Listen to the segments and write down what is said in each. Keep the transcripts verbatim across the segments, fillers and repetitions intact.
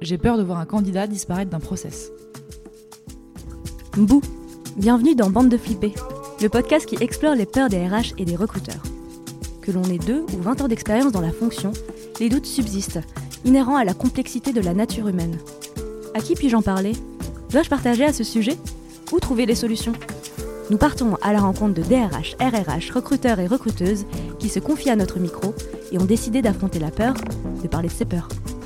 j'ai peur de voir un candidat disparaître d'un process. Mbou, bienvenue dans Bande de Flippés, le podcast qui explore les peurs des R H et des recruteurs. Que l'on ait deux ou vingt ans d'expérience dans la fonction, les doutes subsistent, inhérents à la complexité de la nature humaine. À qui puis-je en parler ? Dois-je partager à ce sujet ? Où trouver les solutions ? Nous partons à la rencontre de D R H, R R H, recruteurs et recruteuses qui se confient à notre micro et ont décidé d'affronter la peur, de parler de ses peurs.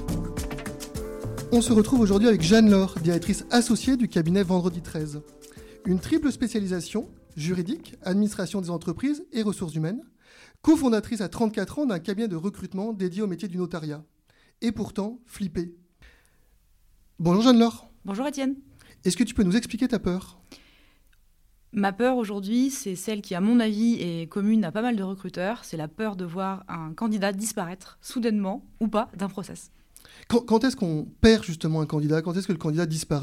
On se retrouve aujourd'hui avec Jeanne Laure, directrice associée du cabinet Vendredi treize. Une triple spécialisation, juridique, administration des entreprises et ressources humaines, cofondatrice à trente-quatre ans d'un cabinet de recrutement dédié au métier du notariat. Et pourtant, flippée. Bonjour Jeanne Laure. Bonjour Étienne. Est-ce que tu peux nous expliquer ta peur ? Ma peur aujourd'hui, c'est celle qui, à mon avis, est commune à pas mal de recruteurs. C'est la peur de voir un candidat disparaître, soudainement ou pas, d'un process. Quand, quand est-ce qu'on perd justement un candidat ? Quand est-ce que le candidat disparaît ?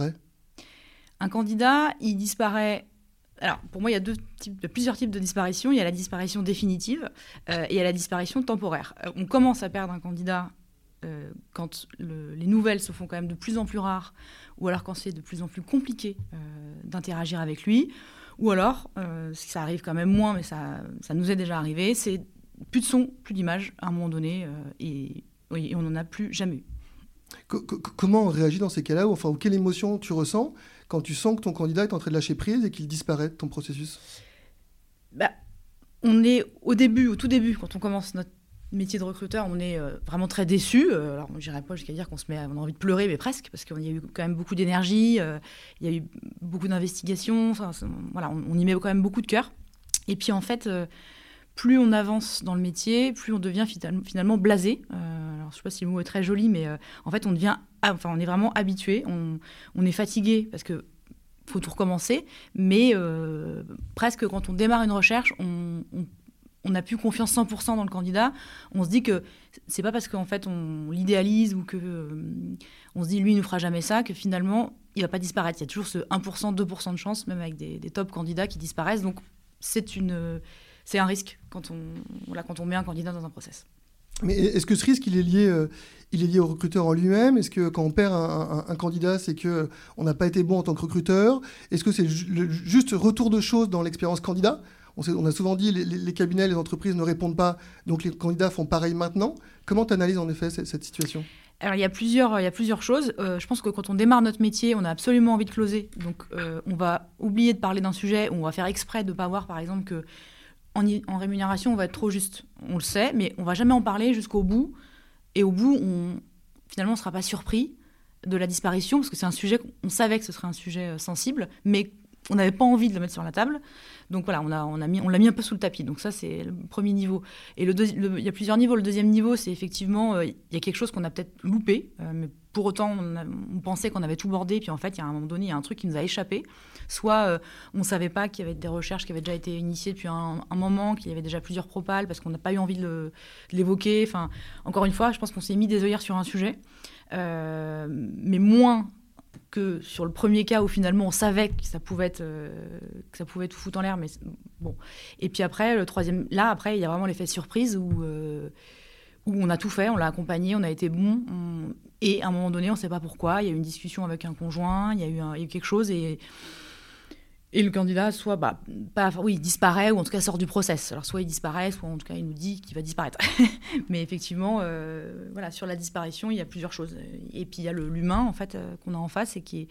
Un candidat, il disparaît... Alors, pour moi, il y a deux types, il y a plusieurs types de disparition. Il y a la disparition définitive euh, et il y a la disparition temporaire. Euh, on commence à perdre un candidat euh, quand le, les nouvelles se font quand même de plus en plus rares, ou alors quand c'est de plus en plus compliqué euh, d'interagir avec lui, ou alors, euh, ça arrive quand même moins, mais ça, ça nous est déjà arrivé, c'est plus de son, plus d'image à un moment donné, euh, et, oui, et on n'en a plus jamais eu. Comment on réagit dans ces cas-là, ou enfin, ou quelle émotion tu ressens quand tu sens que ton candidat est en train de lâcher prise et qu'il disparaît de ton processus ? bah, On est au début, au tout début, quand on commence notre métier de recruteur, on est euh, vraiment très déçu. Euh, alors, je n'irai pas jusqu'à dire qu'on se met, on a envie de pleurer, mais presque, parce qu'il y a eu quand même beaucoup d'énergie, euh, il y a eu beaucoup d'investigations, enfin, voilà, on, on y met quand même beaucoup de cœur. Et puis, en fait... Euh, plus on avance dans le métier, plus on devient finalement blasé. Euh, alors, je ne sais pas si le mot est très joli, mais euh, en fait, on devient, enfin, on est vraiment habitué. On, on est fatigué parce qu'il faut tout recommencer. Mais euh, presque quand on démarre une recherche, on, on, on n'a plus confiance cent pour cent dans le candidat. On se dit que ce n'est pas parce qu'en fait, on l'idéalise ou qu'on euh, se dit, lui, il ne nous fera jamais ça, que finalement, il ne va pas disparaître. Il y a toujours ce un pour cent, deux pour cent de chance, même avec des, des top candidats qui disparaissent. Donc, c'est une... C'est un risque quand on, voilà, quand on met un candidat dans un process. Mais est-ce que ce risque, il est lié, euh, il est lié au recruteur en lui-même ? Est-ce que quand on perd un, un, un candidat, c'est qu'on n'a pas été bon en tant que recruteur ? Est-ce que c'est ju- le juste retour de choses dans l'expérience candidat ? on, sait, on a souvent dit les, les cabinets, les entreprises ne répondent pas, donc les candidats font pareil maintenant. Comment tu analyses en effet cette, cette situation ? Alors, il y a plusieurs, il y a plusieurs choses. Euh, je pense que quand on démarre notre métier, on a absolument envie de closer. Donc, euh, on va oublier de parler d'un sujet, ou on va faire exprès de ne pas voir, par exemple, que En, y, en rémunération, on va être trop juste. On le sait, mais on ne va jamais en parler jusqu'au bout. Et au bout, on, finalement, on ne sera pas surpris de la disparition, parce que c'est un sujet, on savait que ce serait un sujet sensible, mais on n'avait pas envie de le mettre sur la table. Donc voilà, on, a, on, a mis, on l'a mis un peu sous le tapis. Donc ça, c'est le premier niveau. Et le deux, le, il y a plusieurs niveaux. Le deuxième niveau, c'est effectivement, euh, il y a quelque chose qu'on a peut-être loupé, euh, mais pour autant, on, a, on pensait qu'on avait tout bordé, puis en fait, il y a un moment donné, il y a un truc qui nous a échappé. Soit euh, on ne savait pas qu'il y avait des recherches qui avaient déjà été initiées depuis un, un moment, qu'il y avait déjà plusieurs propals, parce qu'on n'a pas eu envie de, le, de l'évoquer. Enfin, encore une fois, je pense qu'on s'est mis des œillères sur un sujet, euh, mais moins que sur le premier cas où finalement on savait que ça pouvait être, euh, que ça pouvait tout foutre en l'air. Mais bon. Et puis après, le troisième, là, après, il y a vraiment l'effet surprise où... Euh, où on a tout fait, on l'a accompagné, on a été bon, on... et à un moment donné, on ne sait pas pourquoi, il y a eu une discussion avec un conjoint, il y a eu, un... il y a eu quelque chose, et... et le candidat, soit bah, pas... oui, disparaît, ou en tout cas sort du process. Alors soit il disparaît, soit en tout cas il nous dit qu'il va disparaître. Mais effectivement, euh, voilà, sur la disparition, il y a plusieurs choses. Et puis il y a le, l'humain, en fait, euh, qu'on a en face, et qui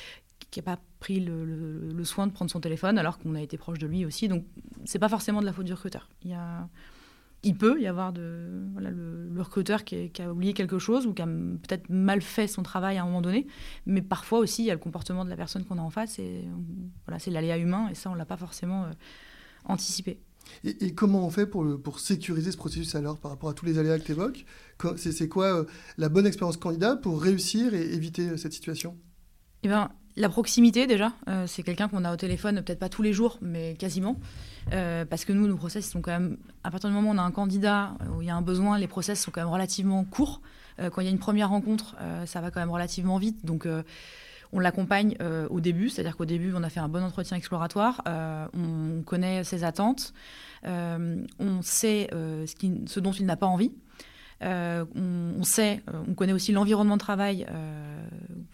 n'a pas pris le, le, le soin de prendre son téléphone, alors qu'on a été proche de lui aussi. Donc ce n'est pas forcément de la faute du recruteur. Il y a... Il peut y avoir de, voilà, le, le recruteur qui, est, qui a oublié quelque chose ou qui a peut-être mal fait son travail à un moment donné. Mais parfois aussi, il y a le comportement de la personne qu'on a en face. Et, voilà, c'est l'aléa humain et ça, on ne l'a pas forcément euh, anticipé. Et, et comment on fait pour, le, pour sécuriser ce processus alors par rapport à tous les aléas que tu évoques ? c'est, c'est quoi euh, la bonne expérience candidat pour réussir et éviter euh, cette situation ? Eh ben, la proximité, déjà, euh, c'est quelqu'un qu'on a au téléphone, peut-être pas tous les jours, mais quasiment. Euh, parce que nous, nos process sont quand même... À partir du moment où on a un candidat, où il y a un besoin, les process sont quand même relativement courts. Euh, quand il y a une première rencontre, euh, ça va quand même relativement vite. Donc, euh, on l'accompagne euh, au début. C'est-à-dire qu'au début, on a fait un bon entretien exploratoire. Euh, on connaît ses attentes. Euh, on sait euh, ce, qui, ce dont il n'a pas envie. Euh, on, on sait, on connaît aussi l'environnement de travail euh,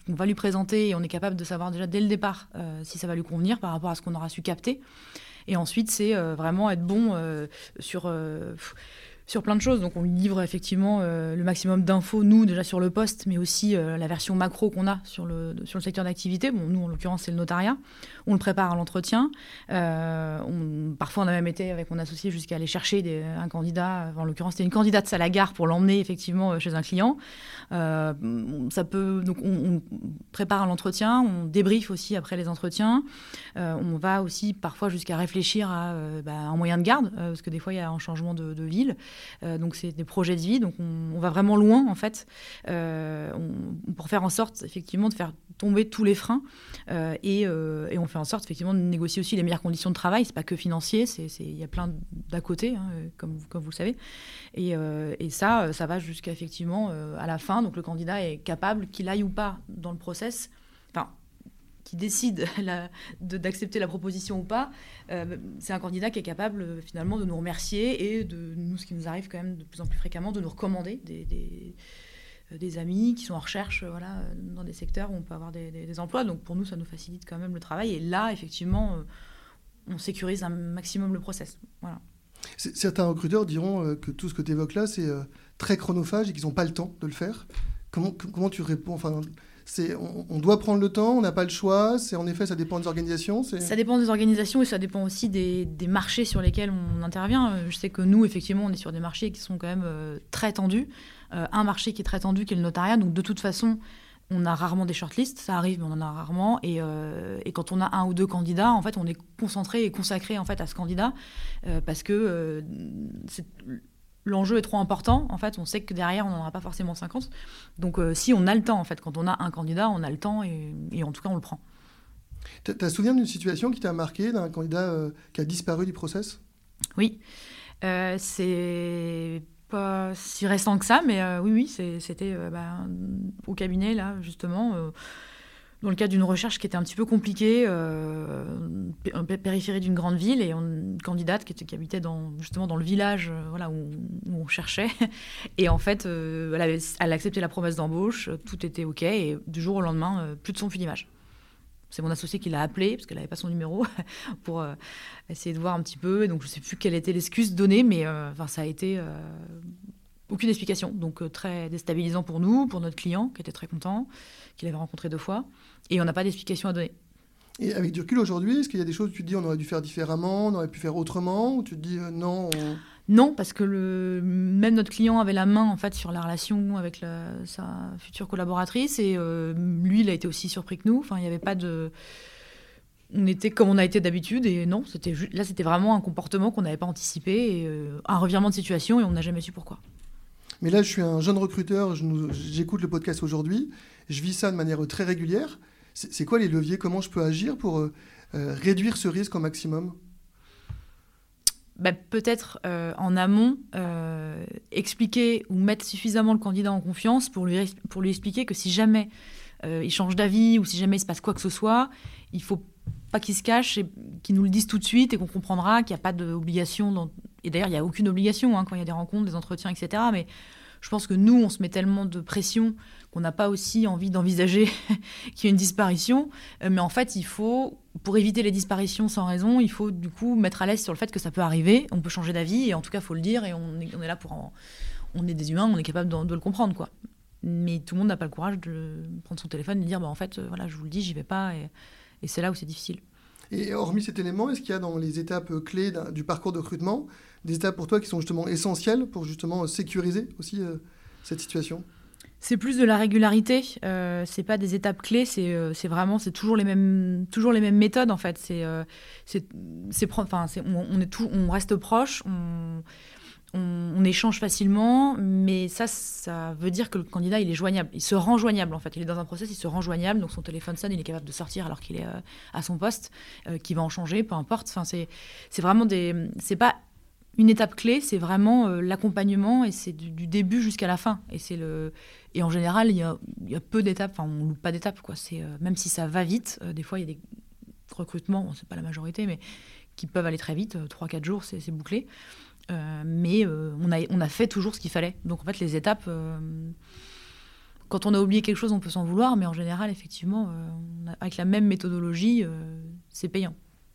qu'on va lui présenter et on est capable de savoir déjà dès le départ euh, si ça va lui convenir par rapport à ce qu'on aura su capter. Et ensuite, c'est euh, vraiment être bon euh, sur... Euh, sur plein de choses. Donc, on lui livre effectivement euh, le maximum d'infos, nous, déjà sur le poste, mais aussi euh, la version macro qu'on a sur le, sur le secteur d'activité. Bon, nous, en l'occurrence, c'est le notariat. On le prépare à l'entretien. Euh, on, parfois, on a même été, avec mon associé, jusqu'à aller chercher des, un candidat. En l'occurrence, c'était une candidate à la gare pour l'emmener, effectivement, chez un client. Euh, ça peut... Donc, on, on prépare à l'entretien. On débriefe aussi après les entretiens. Euh, on va aussi, parfois, jusqu'à réfléchir à euh, bah, un moyen de garde, euh, parce que des fois, il y a un changement de, de ville. Euh, donc c'est des projets de vie, donc on, on va vraiment loin en fait euh, on, pour faire en sorte effectivement de faire tomber tous les freins euh, et, euh, et on fait en sorte effectivement de négocier aussi les meilleures conditions de travail. C'est pas que financier, c'est, c'est, il y a plein d'à côté hein, comme, comme vous le savez et, euh, et ça, ça va jusqu'à effectivement euh, à la fin, donc le candidat est capable qu'il aille ou pas dans le process, enfin qui décide la, de, d'accepter la proposition ou pas, euh, c'est un candidat qui est capable euh, finalement de nous remercier et de nous, ce qui nous arrive quand même de plus en plus fréquemment, de nous recommander des, des, euh, des amis qui sont en recherche euh, voilà, dans des secteurs où on peut avoir des, des, des emplois. Donc pour nous, ça nous facilite quand même le travail. Et là, effectivement, euh, on sécurise un maximum le process. Voilà. C'est, certains recruteurs diront euh, que tout ce que tu évoques là, c'est euh, très chronophage et qu'ils n'ont pas le temps de le faire. Comment, comment tu réponds enfin, C'est, on, on doit prendre le temps, on n'a pas le choix. C'est, en effet, ça dépend des organisations. C'est... Ça dépend des organisations et ça dépend aussi des, des marchés sur lesquels on intervient. Je sais que nous, effectivement, on est sur des marchés qui sont quand même euh, très tendus. Euh, un marché qui est très tendu, qui est le notariat. Donc, de toute façon, on a rarement des shortlists. Ça arrive, mais on en a rarement. Et, euh, et quand on a un ou deux candidats, en fait, on est concentré et consacré en fait, à ce candidat euh, parce que euh, c'est... l'enjeu est trop important. En fait, on sait que derrière, on n'en aura pas forcément cinquante. Donc, euh, si on a le temps, en fait, quand on a un candidat, on a le temps et, et en tout cas, on le prend. Tu te souviens d'une situation qui t'a marqué, d'un candidat euh, qui a disparu du process ? Oui. Euh, c'est pas si récent que ça, mais euh, oui, oui, c'est, c'était euh, bah, au cabinet, là, justement, euh, dans le cadre d'une recherche qui était un petit peu compliquée, euh, en périphérie d'une grande ville, et on, une candidate qui, était, qui habitait dans, justement dans le village euh, voilà, où, où on cherchait. Et en fait, euh, elle, avait, elle a accepté la promesse d'embauche, tout était OK, et du jour au lendemain, euh, plus de son, plus d'image. C'est mon associé qui l'a appelé, parce qu'elle n'avait pas son numéro, pour euh, essayer de voir un petit peu. Et donc, je ne sais plus quelle était l'excuse donnée, mais euh, ça a été... Euh, aucune explication. Donc, euh, très déstabilisant pour nous, pour notre client, qui était très content, qu'il avait rencontré deux fois. Et on n'a pas d'explication à donner. Et avec du recul aujourd'hui, est-ce qu'il y a des choses où tu te dis on aurait dû faire différemment, on aurait pu faire autrement, ou tu te dis euh, non on... Non, parce que le, même notre client avait la main en fait sur la relation avec la, sa future collaboratrice et euh, lui, il a été aussi surpris que nous. Enfin, il n'y avait pas de... On était comme on a été d'habitude et non, c'était ju... là, c'était vraiment un comportement qu'on n'avait pas anticipé et euh, un revirement de situation et on n'a jamais su pourquoi. Mais là, je suis un jeune recruteur, je nous... j'écoute le podcast aujourd'hui, je vis ça de manière très régulière. C'est, c'est quoi les leviers ? Comment je peux agir pour euh, réduire ce risque au maximum ? Bah, peut-être euh, en amont, euh, expliquer ou mettre suffisamment le candidat en confiance pour lui, pour lui expliquer que si jamais euh, il change d'avis ou si jamais il se passe quoi que ce soit, il ne faut pas qu'il se cache et qu'il nous le dise tout de suite et qu'on comprendra qu'il n'y a pas d'obligation. Dans... Et d'ailleurs, il n'y a aucune obligation hein, quand il y a des rencontres, des entretiens, et cetera. Mais je pense que nous, on se met tellement de pression qu'on n'a pas aussi envie d'envisager qu'il y ait une disparition. Mais en fait, il faut, pour éviter les disparitions sans raison, il faut du coup mettre à l'aise sur le fait que ça peut arriver, on peut changer d'avis, et en tout cas, il faut le dire, et on est, on est là pour... En... On est des humains, on est capable de, de le comprendre, quoi. Mais tout le monde n'a pas le courage de prendre son téléphone et de dire, bah, en fait, voilà, je vous le dis, j'y vais pas, et, et c'est là où c'est difficile. Et hormis cet élément, est-ce qu'il y a dans les étapes clés du parcours de recrutement des étapes pour toi qui sont justement essentielles pour justement sécuriser aussi euh, cette situation ? C'est plus de la régularité, euh, c'est pas des étapes clés, c'est, euh, c'est vraiment, c'est toujours les mêmes, toujours les mêmes méthodes en fait. C'est, euh, c'est, c'est, enfin, c'est, on, on, est tout, on reste proche, on, on, on échange facilement, mais ça, ça veut dire que le candidat il est joignable, il se rend joignable en fait. Il est dans un process, il se rend joignable, donc son téléphone sonne, il est capable de sortir alors qu'il est euh, à son poste, euh, qu'il va en changer, peu importe. Enfin, c'est, c'est vraiment des, c'est pas une étape clé, c'est vraiment euh, l'accompagnement et c'est du, du début jusqu'à la fin. Et, c'est le... et en général, il y a, il y a peu d'étapes, enfin, on ne loupe pas d'étapes, quoi. C'est, euh, même si ça va vite, euh, des fois, il y a des recrutements, bon, ce n'est pas la majorité, mais qui peuvent aller très vite, euh, trois à quatre jours, c'est, c'est bouclé. Euh, mais euh, on, a, on a fait toujours ce qu'il fallait. Donc, en fait, les étapes, euh, quand on a oublié quelque chose, on peut s'en vouloir, mais en général, effectivement, euh, on a, avec la même méthodologie, euh, c'est payant.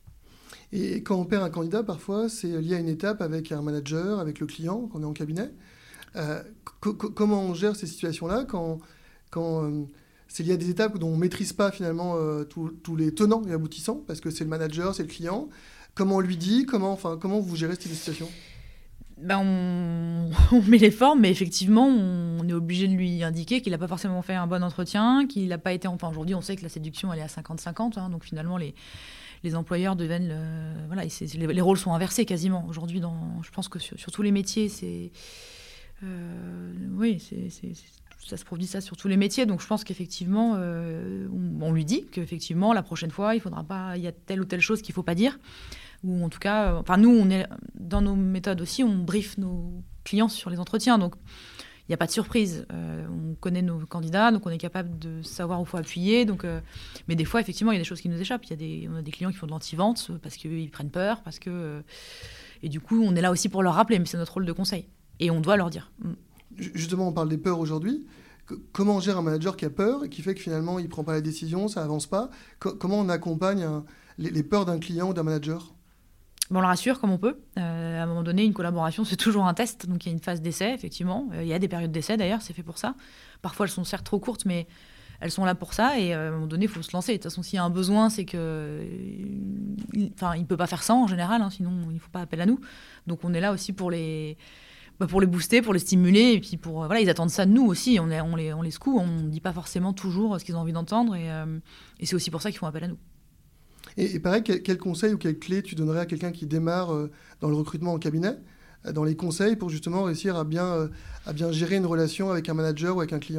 Et quand on perd un candidat, parfois, c'est lié à une étape avec un manager, avec le client, quand on est en cabinet. Euh, co- co- comment on gère ces situations-là quand, quand euh, c'est lié à des étapes dont on ne maîtrise pas finalement euh, tous les tenants et aboutissants, parce que c'est le manager, c'est le client. Comment on lui dit, comment, enfin, comment vous gérez cette situation ? Ben on... on met les formes, mais effectivement, on est obligé de lui indiquer qu'il n'a pas forcément fait un bon entretien, qu'il n'a pas été... Enfin, aujourd'hui, on sait que la séduction, elle est à cinquante cinquante, hein, donc finalement, les, les employeurs deviennent... Le... Voilà, c'est, les, les rôles sont inversés quasiment. Aujourd'hui, dans... je pense que sur, sur tous les métiers, c'est... Euh... Oui, c'est, c'est, c'est... ça se produit ça sur tous les métiers, donc je pense qu'effectivement, euh, on, on lui dit qu'effectivement, la prochaine fois, il faudra pas... Il y a telle ou telle chose qu'il ne faut pas dire. Ou en tout cas, euh, enfin nous, on est, dans nos méthodes aussi, on briefe nos clients sur les entretiens. Donc, il n'y a pas de surprise. Euh, on connaît nos candidats, donc on est capable de savoir où il faut appuyer. Donc, euh, mais des fois, effectivement, il y a des choses qui nous échappent. Il y a des, on a des clients qui font de l'anti-vente parce qu'ils prennent peur. Parce que, euh, et du coup, on est là aussi pour leur rappeler, mais c'est notre rôle de conseil. Et on doit leur dire. Justement, on parle des peurs aujourd'hui. Comment on gère un manager qui a peur et qui fait que finalement, il ne prend pas la décision, ça n'avance pas ? Co- Comment on accompagne un, les, les peurs d'un client ou d'un manager ? On le rassure comme on peut. Euh, à un moment donné, une collaboration, c'est toujours un test. Donc, il y a une phase d'essai, effectivement. Euh, il y a des périodes d'essai, d'ailleurs, c'est fait pour ça. Parfois, elles sont certes trop courtes, mais elles sont là pour ça. Et euh, à un moment donné, il faut se lancer. De toute façon, s'il y a un besoin, c'est que... Euh, il ne peut pas faire sans, en général. Hein, sinon, il ne faut pas appel à nous. Donc, on est là aussi pour les... Bah, pour les booster, pour les stimuler. Et puis, pour, euh, voilà, ils attendent ça de nous aussi. On, est, on, les, on les secoue. On ne dit pas forcément toujours ce qu'ils ont envie d'entendre. Et, euh, et c'est aussi pour ça qu'ils font appel à nous. Et, et pareil, quel, quel conseil ou quelle clé tu donnerais à quelqu'un qui démarre euh, dans le recrutement en cabinet, euh, dans les conseils pour justement réussir à bien, euh, à bien gérer une relation avec un manager ou avec un client ?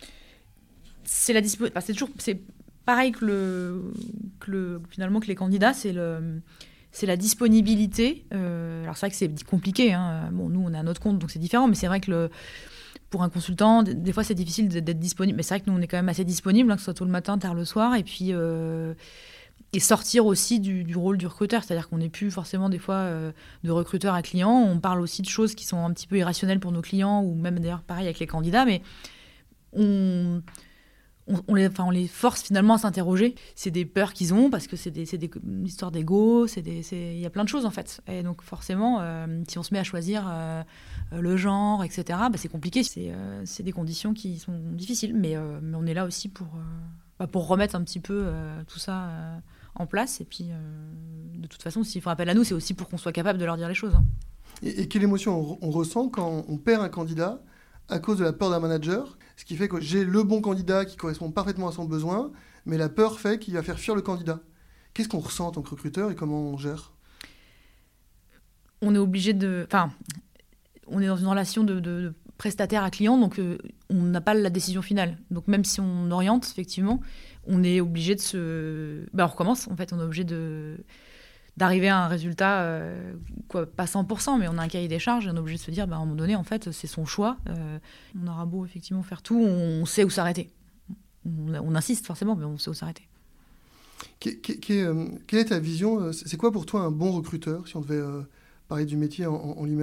C'est la dispo... enfin, c'est toujours c'est pareil que le, que le finalement que les candidats, c'est le c'est la disponibilité. Euh, alors c'est vrai que c'est compliqué. Hein. Bon, nous on est à notre compte, donc c'est différent, mais c'est vrai que le pour un consultant, des fois c'est difficile d'être disponible. Mais c'est vrai que nous on est quand même assez disponible, hein, que ce soit tôt le matin, tard le soir, et puis. Euh, Et sortir aussi du, du rôle du recruteur. C'est-à-dire qu'on n'est plus forcément des fois euh, de recruteur à client. On parle aussi de choses qui sont un petit peu irrationnelles pour nos clients, ou même d'ailleurs pareil avec les candidats. Mais on, on, on, les, enfin, on les force finalement à s'interroger. C'est des peurs qu'ils ont parce que c'est, des, c'est des, une histoire d'ego. C'est des, c'est, il y a plein de choses en fait. Et donc forcément, euh, si on se met à choisir euh, le genre, et cetera, bah, c'est compliqué. C'est, euh, c'est des conditions qui sont difficiles. Mais, euh, mais on est là aussi pour, euh, bah, pour remettre un petit peu euh, tout ça... Euh, en place, et puis euh, de toute façon, s'ils font appel à nous, c'est aussi pour qu'on soit capable de leur dire les choses. Hein. Et, et quelle émotion on, on ressent quand on perd un candidat à cause de la peur d'un manager, ce qui fait que j'ai le bon candidat qui correspond parfaitement à son besoin, mais la peur fait qu'il va faire fuir le candidat. Qu'est-ce qu'on ressent en tant que recruteur et comment on gère ? On est obligé de... Enfin, on est dans une relation de, de, de prestataire à client, donc euh, on n'a pas la décision finale. Donc même si on oriente, effectivement, on est obligé de se... Ben, on recommence, en fait. On est obligé de... d'arriver à un résultat, euh, quoi, pas cent pour cent, mais on a un cahier des charges, et on est obligé de se dire, ben, à un moment donné, en fait, c'est son choix. Euh, on aura beau, effectivement, faire tout, on sait où s'arrêter. On, on insiste, forcément, mais on sait où s'arrêter. Qu- qu- qu- euh, quelle est ta vision ? C'est quoi pour toi un bon recruteur, si on devait euh, parler du métier en, en lui-même ?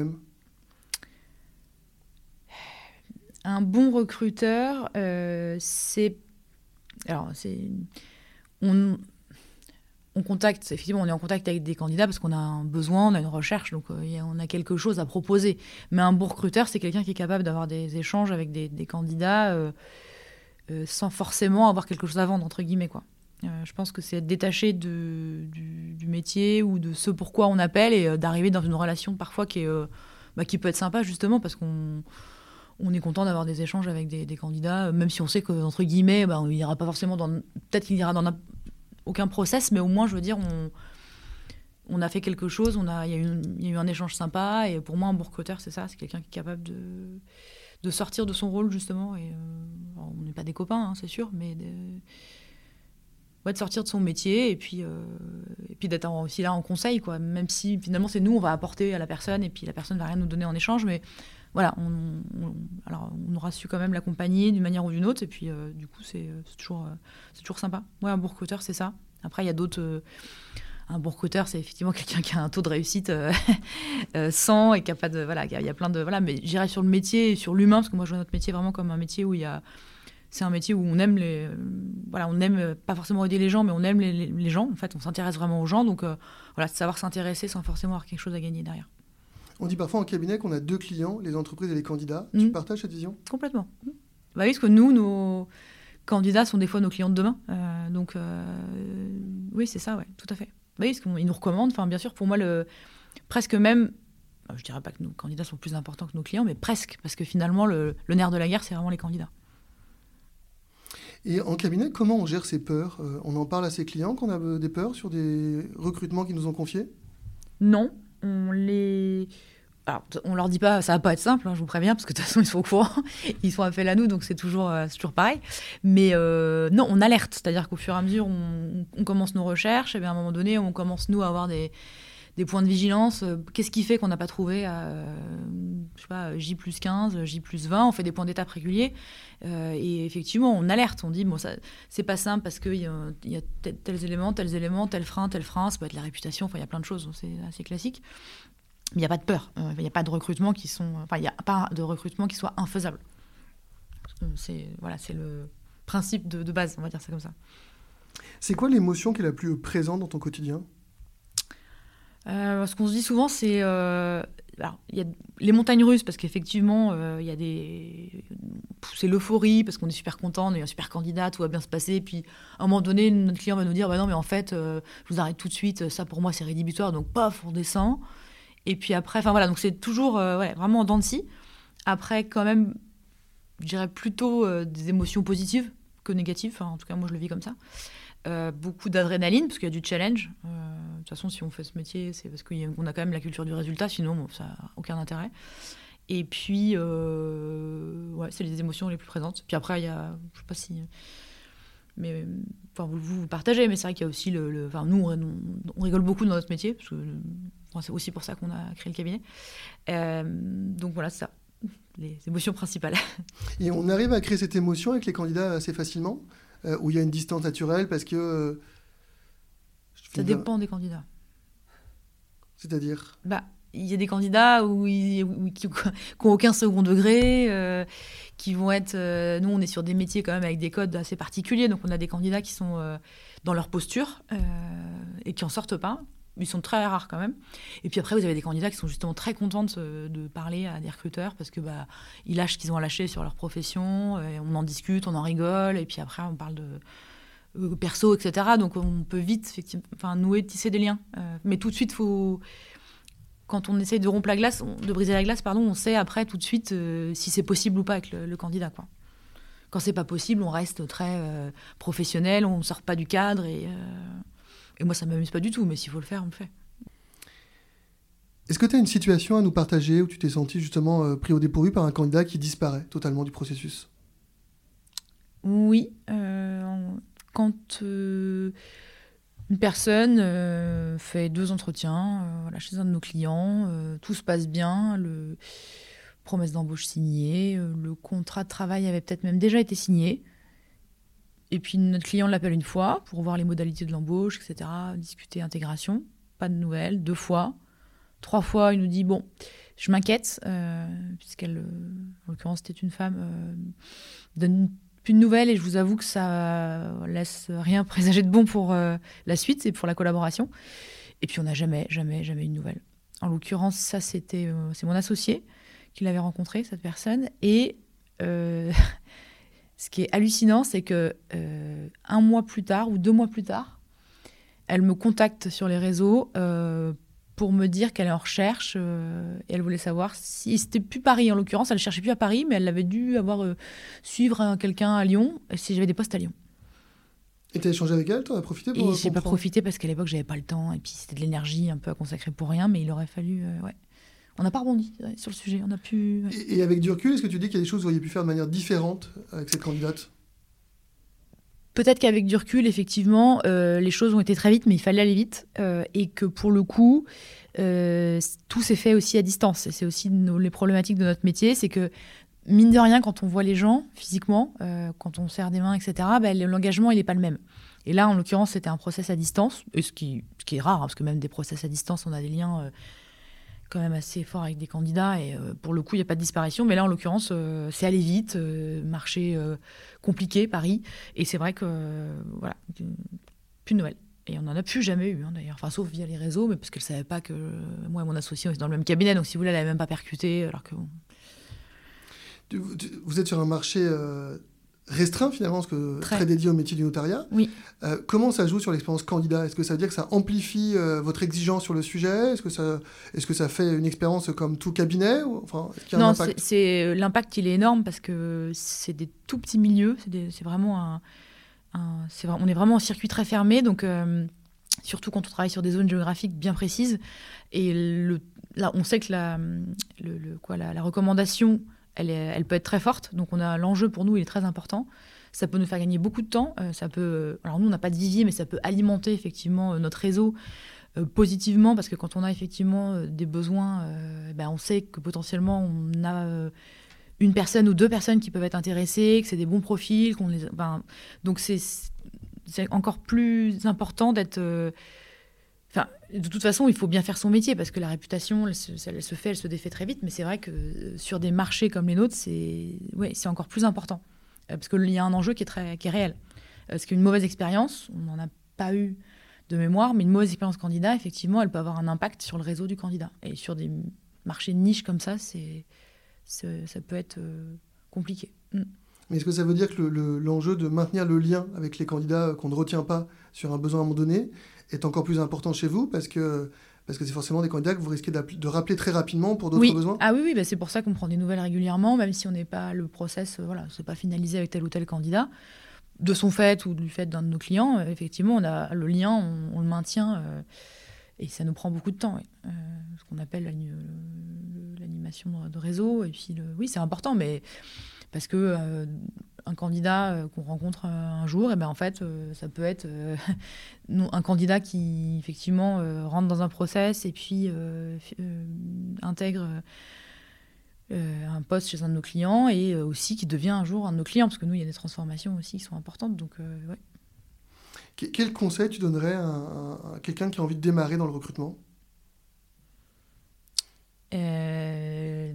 Un bon recruteur, euh, c'est... Alors, c'est... On... on contacte, effectivement, on est en contact avec des candidats parce qu'on a un besoin, on a une recherche, donc euh, on a quelque chose à proposer. Mais un bon recruteur, c'est quelqu'un qui est capable d'avoir des échanges avec des, des candidats euh, euh, sans forcément avoir quelque chose à vendre, entre guillemets, quoi. Euh, je pense que c'est être détaché de, du, du métier ou de ce pourquoi on appelle et euh, d'arriver dans une relation parfois qui, est, euh, bah, qui peut être sympa, justement, parce qu'on... on est content d'avoir des échanges avec des, des candidats, même si on sait qu'entre guillemets, bah, il n'ira pas forcément dans... Peut-être qu'il ira dans un, aucun process, mais au moins, je veux dire, on, on a fait quelque chose, on a, il y a eu, il y a eu un échange sympa, et pour moi, un bon recruteur, c'est ça, c'est quelqu'un qui est capable de, de sortir de son rôle, justement, et euh, on n'est pas des copains, hein, c'est sûr, mais de, ouais, de sortir de son métier, et puis, euh, et puis d'être aussi là en conseil, quoi, même si, finalement, c'est nous, on va apporter à la personne, et puis la personne ne va rien nous donner en échange, mais... Voilà, on, on, alors on aura su quand même l'accompagner d'une manière ou d'une autre, et puis euh, du coup, c'est, c'est, toujours, euh, c'est toujours sympa. Ouais, un bon recruteur, c'est ça. Après, il y a d'autres... Euh, un bon recruteur, c'est effectivement quelqu'un qui a un taux de réussite euh, euh, cent et qui a pas de... Voilà, il y a plein de... Voilà, mais j'irai sur le métier et sur l'humain, parce que moi, je vois notre métier vraiment comme un métier où il y a, c'est un métier où on aime les, euh, voilà, on aime euh, pas forcément aider les gens, mais on aime les, les, les gens. En fait, on s'intéresse vraiment aux gens. Donc, euh, voilà, savoir s'intéresser sans forcément avoir quelque chose à gagner derrière. On dit parfois en cabinet qu'on a deux clients, les entreprises et les candidats. Mmh. Tu partages cette vision ? Complètement. Mmh. Bah oui, parce que nous, nos candidats sont des fois nos clients de demain. Euh, donc, euh, oui, c'est ça, ouais, tout à fait. Bah oui, parce qu'ils nous recommandent. Enfin, bien sûr, pour moi, le, presque même, je dirais pas que nos candidats sont plus importants que nos clients, mais presque, parce que finalement, le, le nerf de la guerre, c'est vraiment les candidats. Et en cabinet, comment on gère ces peurs ? euh, On en parle à ses clients qu'on a des peurs sur des recrutements qu'ils nous ont confiés ? Non, on les... Alors, on leur dit pas, ça va pas être simple, hein, je vous préviens, parce que de toute façon, ils sont au courant, ils font appel à nous, donc c'est toujours, euh, c'est toujours pareil. Mais euh, non, on alerte, c'est-à-dire qu'au fur et à mesure, on, on commence nos recherches, et bien à un moment donné, on commence, nous, à avoir des, des points de vigilance. Qu'est-ce qui fait qu'on n'a pas trouvé à, euh, je sais pas, J plus quinze, J plus vingt, on fait des points d'étape réguliers, euh, et effectivement, on alerte, on dit, bon, ça, c'est pas simple, parce qu'il y a, y a tels, tels éléments, tels éléments, tel frein, tel frein, ça peut être la réputation, enfin, il y a plein de choses, c'est assez classique. Il n'y a pas de peur, il euh, n'y a pas de recrutement qui sont, enfin, il n'y a pas de recrutement qui soit infaisable. C'est, voilà, c'est le principe de, de base, on va dire ça comme ça. C'est quoi l'émotion qui est la plus présente dans ton quotidien ? euh, Ce qu'on se dit souvent, c'est euh, alors, y a les montagnes russes, parce qu'effectivement, euh, y a des... c'est l'euphorie, parce qu'on est super content, on est un super candidat, tout va bien se passer, puis à un moment donné, notre client va nous dire bah non, mais en fait, euh, je vous arrête tout de suite, ça pour moi c'est rédhibitoire, donc paf, on descend. Et puis après, enfin voilà, donc c'est toujours euh, ouais, vraiment en dents de scie. Après, quand même, je dirais plutôt euh, des émotions positives que négatives. Enfin, en tout cas, moi, je le vis comme ça. Euh, beaucoup d'adrénaline, parce qu'il y a du challenge. Euh, de toute façon, si on fait ce métier, c'est parce qu'on a quand même la culture du résultat, sinon, bon, ça n'a aucun intérêt. Et puis, euh, ouais, c'est les émotions les plus présentes. Puis après, il y a, je sais pas si... Mais, enfin, vous, vous partagez, mais c'est vrai qu'il y a aussi le... le enfin, nous, on, on rigole beaucoup dans notre métier, parce que enfin, c'est aussi pour ça qu'on a créé le cabinet. Euh, donc voilà, c'est ça, les émotions principales. Et on arrive à créer cette émotion avec les candidats assez facilement, euh, où il y a une distance naturelle, parce que... Euh, ça dépend des candidats. C'est-à-dire ? Bah, il y a des candidats où ils, où, qui n'ont aucun second degré, euh, qui vont être... Euh, nous, on est sur des métiers quand même avec des codes assez particuliers, donc on a des candidats qui sont euh, dans leur posture euh, et qui n'en sortent pas. Ils sont très rares quand même. Et puis après, vous avez des candidats qui sont justement très contents de, de parler à des recruteurs parce que bah, ils lâchent ce qu'ils ont à lâcher sur leur profession, et on en discute, on en rigole, et puis après, on parle de euh, perso, et cetera. Donc on peut vite effectivement, enfin, nouer, tisser des liens. Euh, mais tout de suite, faut... quand on essaye de rompre la glace, de briser la glace, pardon, on sait après tout de suite euh, si c'est possible ou pas avec le, le candidat, quoi. Quand c'est pas possible, on reste très euh, professionnel, on ne sort pas du cadre et... Euh... Et moi, ça ne m'amuse pas du tout, mais s'il faut le faire, on le fait. Est-ce que tu as une situation à nous partager où tu t'es senti justement euh, pris au dépourvu par un candidat qui disparaît totalement du processus ? Oui. Euh, quand euh, une personne euh, fait deux entretiens euh, voilà, chez un de nos clients, euh, tout se passe bien, le promesse d'embauche signée, euh, le contrat de travail avait peut-être même déjà été signé. Et puis notre client l'appelle une fois pour voir les modalités de l'embauche, et cetera, discuter intégration, pas de nouvelles, deux fois. Trois fois, il nous dit, bon, je m'inquiète, euh, puisqu'elle, en l'occurrence, c'était une femme, euh, donne plus de nouvelles et je vous avoue que ça laisse rien présager de bon pour euh, la suite et pour la collaboration. Et puis on n'a jamais, jamais, jamais eu de nouvelles. En l'occurrence, ça, c'était, euh, c'est mon associé qui l'avait rencontré, cette personne, et... Euh, ce qui est hallucinant, c'est que euh, un mois plus tard ou deux mois plus tard, elle me contacte sur les réseaux euh, pour me dire qu'elle est en recherche euh, et elle voulait savoir si c'était plus Paris en l'occurrence, elle ne cherchait plus à Paris, mais elle avait dû avoir euh, suivre un, quelqu'un à Lyon et si j'avais des postes à Lyon. Et tu as échangé avec elle, tu en as profité pour Et comprendre. j'ai pas profité parce qu'à l'époque j'avais pas le temps et puis c'était de l'énergie un peu à consacrer pour rien, mais il aurait fallu, euh, ouais. On n'a pas rebondi sur le sujet, on a pu... Ouais. Et, et avec du recul, est-ce que tu dis qu'il y a des choses que vous auriez pu faire de manière différente avec cette candidate ? Peut-être qu'avec du recul, effectivement, euh, les choses ont été très vite, mais il fallait aller vite. Euh, et que pour le coup, euh, tout s'est fait aussi à distance. Et c'est aussi nos, les problématiques de notre métier, c'est que, mine de rien, quand on voit les gens physiquement, euh, quand on serre des mains, et cetera, bah, l'engagement, il n'est pas le même. Et là, en l'occurrence, c'était un process à distance, et ce, qui, ce qui est rare, hein, parce que même des process à distance, on a des liens... Euh, quand même assez fort avec des candidats et euh, pour le coup, il n'y a pas de disparition. Mais là, en l'occurrence, euh, c'est aller vite, euh, marché euh, compliqué, Paris. Et c'est vrai que, euh, voilà, plus de nouvelles. Et on n'en a plus jamais eu, hein, d'ailleurs. Enfin, sauf via les réseaux, mais parce qu'elle ne savait pas que euh, moi et mon associé, on était dans le même cabinet. Donc, si vous voulez, elle n'avait même pas percuté. Alors que, bon. Vous êtes sur un marché euh, restreint, finalement, parce que très, très dédié au métier du notariat. Oui. Euh, comment ça joue sur l'expérience candidat ? Est-ce que ça veut dire que ça amplifie euh, votre exigence sur le sujet ? Est-ce que ça, est-ce que ça fait une expérience comme tout cabinet ? Enfin, est-ce qu'il y a non, un impact ? c'est, c'est, l'impact, il est énorme parce que c'est des tout petits milieux. C'est, des, c'est vraiment un... un c'est, on est vraiment en circuit très fermé, donc... Euh, surtout quand on travaille sur des zones géographiques bien précises. Et le, là, on sait que la, le, le, quoi, la, la recommandation, elle, est, elle peut être très forte. Donc, on a, l'enjeu pour nous, il est très important. Ça peut nous faire gagner beaucoup de temps. Euh, ça peut, alors, nous, on n'a pas de vivier, mais ça peut alimenter effectivement notre réseau euh, positivement. Parce que quand on a effectivement euh, des besoins, euh, ben, on sait que potentiellement, on a euh, une personne ou deux personnes qui peuvent être intéressées, que c'est des bons profils. Qu'on les, ben, donc, c'est... c'est encore plus important d'être... Euh... Enfin, de toute façon, il faut bien faire son métier parce que la réputation, elle se, elle se fait, elle se défait très vite. Mais c'est vrai que sur des marchés comme les nôtres, c'est, ouais, c'est encore plus important. Euh, parce qu'il y a un enjeu qui est, très, qui est réel. Parce qu'une mauvaise expérience, on n'en a pas eu de mémoire, mais une mauvaise expérience candidat, effectivement, elle peut avoir un impact sur le réseau du candidat. Et sur des marchés de niche comme ça, c'est, c'est, ça peut être euh, compliqué. Mm. Mais est-ce que ça veut dire que le, le, l'enjeu de maintenir le lien avec les candidats qu'on ne retient pas sur un besoin à un moment donné est encore plus important chez vous parce que, parce que c'est forcément des candidats que vous risquez de rappeler très rapidement pour d'autres oui. besoins ? Ah oui, oui bah c'est pour ça qu'on prend des nouvelles régulièrement, même si on n'est pas le process, euh, voilà, c'est pas finalisé avec tel ou tel candidat. De son fait ou du fait d'un de nos clients, euh, effectivement, on a le lien, on, on le maintient euh, et ça nous prend beaucoup de temps. Oui. Euh, ce qu'on appelle l'animation de réseau. Et puis, le, oui, c'est important, mais... Parce que euh, un candidat euh, qu'on rencontre euh, un jour, et ben en fait, euh, ça peut être euh, un candidat qui effectivement euh, rentre dans un process et puis euh, euh, intègre euh, un poste chez un de nos clients et euh, aussi qui devient un jour un de nos clients, parce que nous, il y a des transformations aussi qui sont importantes. Donc, euh, ouais. Quel conseil tu donnerais à, à, à quelqu'un qui a envie de démarrer dans le recrutement ? euh...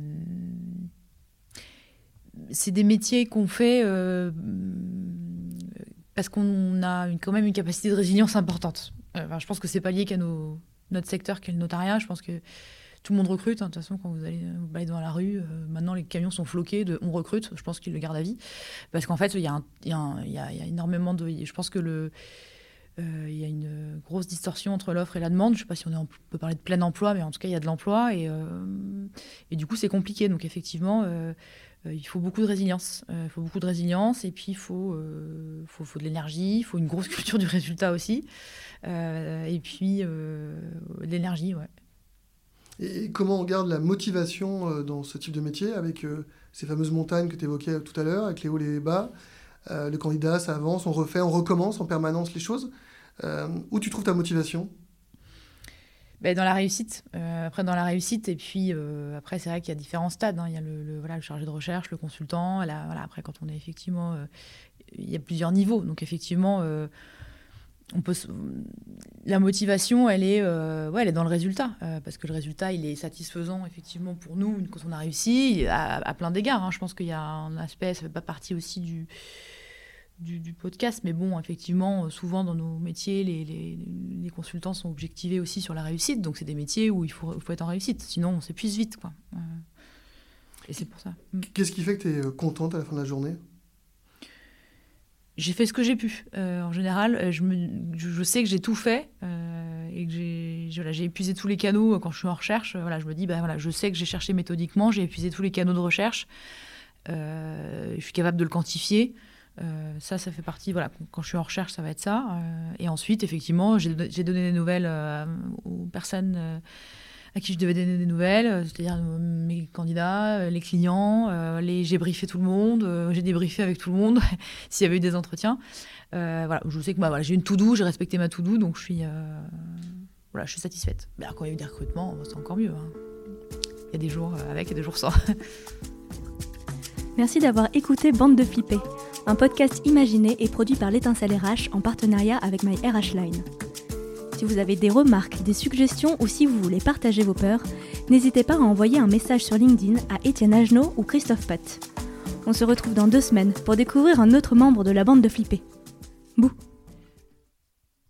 C'est des métiers qu'on fait euh, parce qu'on a une, quand même une capacité de résilience importante. Euh, enfin, je pense que c'est pas lié qu'à nos, notre secteur, qu'est le notariat. Je pense que tout le monde recrute. Hein. De toute façon, quand vous allez, vous allez dans la rue, euh, maintenant les camions sont floqués de « on recrute ». Je pense qu'ils le gardent à vie. Parce qu'en fait, il y, y, y, y, y a énormément de... Je pense que le... Il euh, y a une grosse distorsion entre l'offre et la demande. Je ne sais pas si on, est en, on peut parler de plein emploi, mais en tout cas, il y a de l'emploi. Et, euh, et du coup, c'est compliqué. Donc, effectivement... Euh, Euh, il faut beaucoup de résilience. Il euh, faut beaucoup de résilience et puis il faut, euh, faut, faut de l'énergie, il faut une grosse culture du résultat aussi. Euh, et puis euh, de l'énergie, ouais. Et comment on garde la motivation euh, dans ce type de métier avec euh, ces fameuses montagnes que tu évoquais tout à l'heure, avec les hauts et les bas. Euh, le candidat, ça avance, on refait, on recommence en permanence les choses. Euh, où tu trouves ta motivation ? Ben, dans la réussite. Euh, après, dans la réussite, et puis euh, après, c'est vrai qu'il y a différents stades. Hein. Il y a le, le, voilà, le chargé de recherche, le consultant. Là, voilà, après, quand on est effectivement... Euh, il y a plusieurs niveaux. Donc, effectivement, euh, on peut, la motivation, elle est, euh, ouais, elle est dans le résultat. Euh, parce que le résultat, il est satisfaisant, effectivement, pour nous, quand on a réussi, à, à plein d'égards. Hein. Je pense qu'il y a un aspect, ça ne fait pas partie aussi du... Du, du podcast, mais bon, effectivement, souvent dans nos métiers, les, les, les consultants sont objectivés aussi sur la réussite, donc c'est des métiers où il faut, il faut être en réussite, sinon on s'épuise vite, quoi. Euh, et c'est pour ça. Qu'est-ce qui fait que tu es contente à la fin de la journée ? J'ai fait ce que j'ai pu. Euh, en général, je, me, je, je sais que j'ai tout fait euh, et que j'ai, voilà, j'ai épuisé tous les canaux quand je suis en recherche. Voilà, je me dis, bah, voilà, je sais que j'ai cherché méthodiquement, j'ai épuisé tous les canaux de recherche, euh, je suis capable de le quantifier. Euh, ça, ça fait partie, voilà, quand je suis en recherche, ça va être ça. Euh, et ensuite, effectivement, j'ai, j'ai donné des nouvelles euh, aux personnes euh, à qui je devais donner des nouvelles, c'est-à-dire mes candidats, les clients, euh, les, j'ai briefé tout le monde, euh, j'ai débriefé avec tout le monde s'il y avait eu des entretiens. Euh, voilà, je sais que bah, voilà, j'ai une to-do, j'ai respecté ma to-do, donc je suis, euh, voilà, je suis satisfaite. Mais alors, quand il y a eu des recrutements, c'est encore mieux. Hein. Il y a des jours avec et des jours sans. Merci d'avoir écouté Bande de Flippés, un podcast imaginé et produit par l'Étincelle R H en partenariat avec My R H Line. Si vous avez des remarques, des suggestions ou si vous voulez partager vos peurs, n'hésitez pas à envoyer un message sur LinkedIn à Étienne Agenot ou Christophe Pat. On se retrouve dans deux semaines pour découvrir un autre membre de la bande de Flipper. Bouh!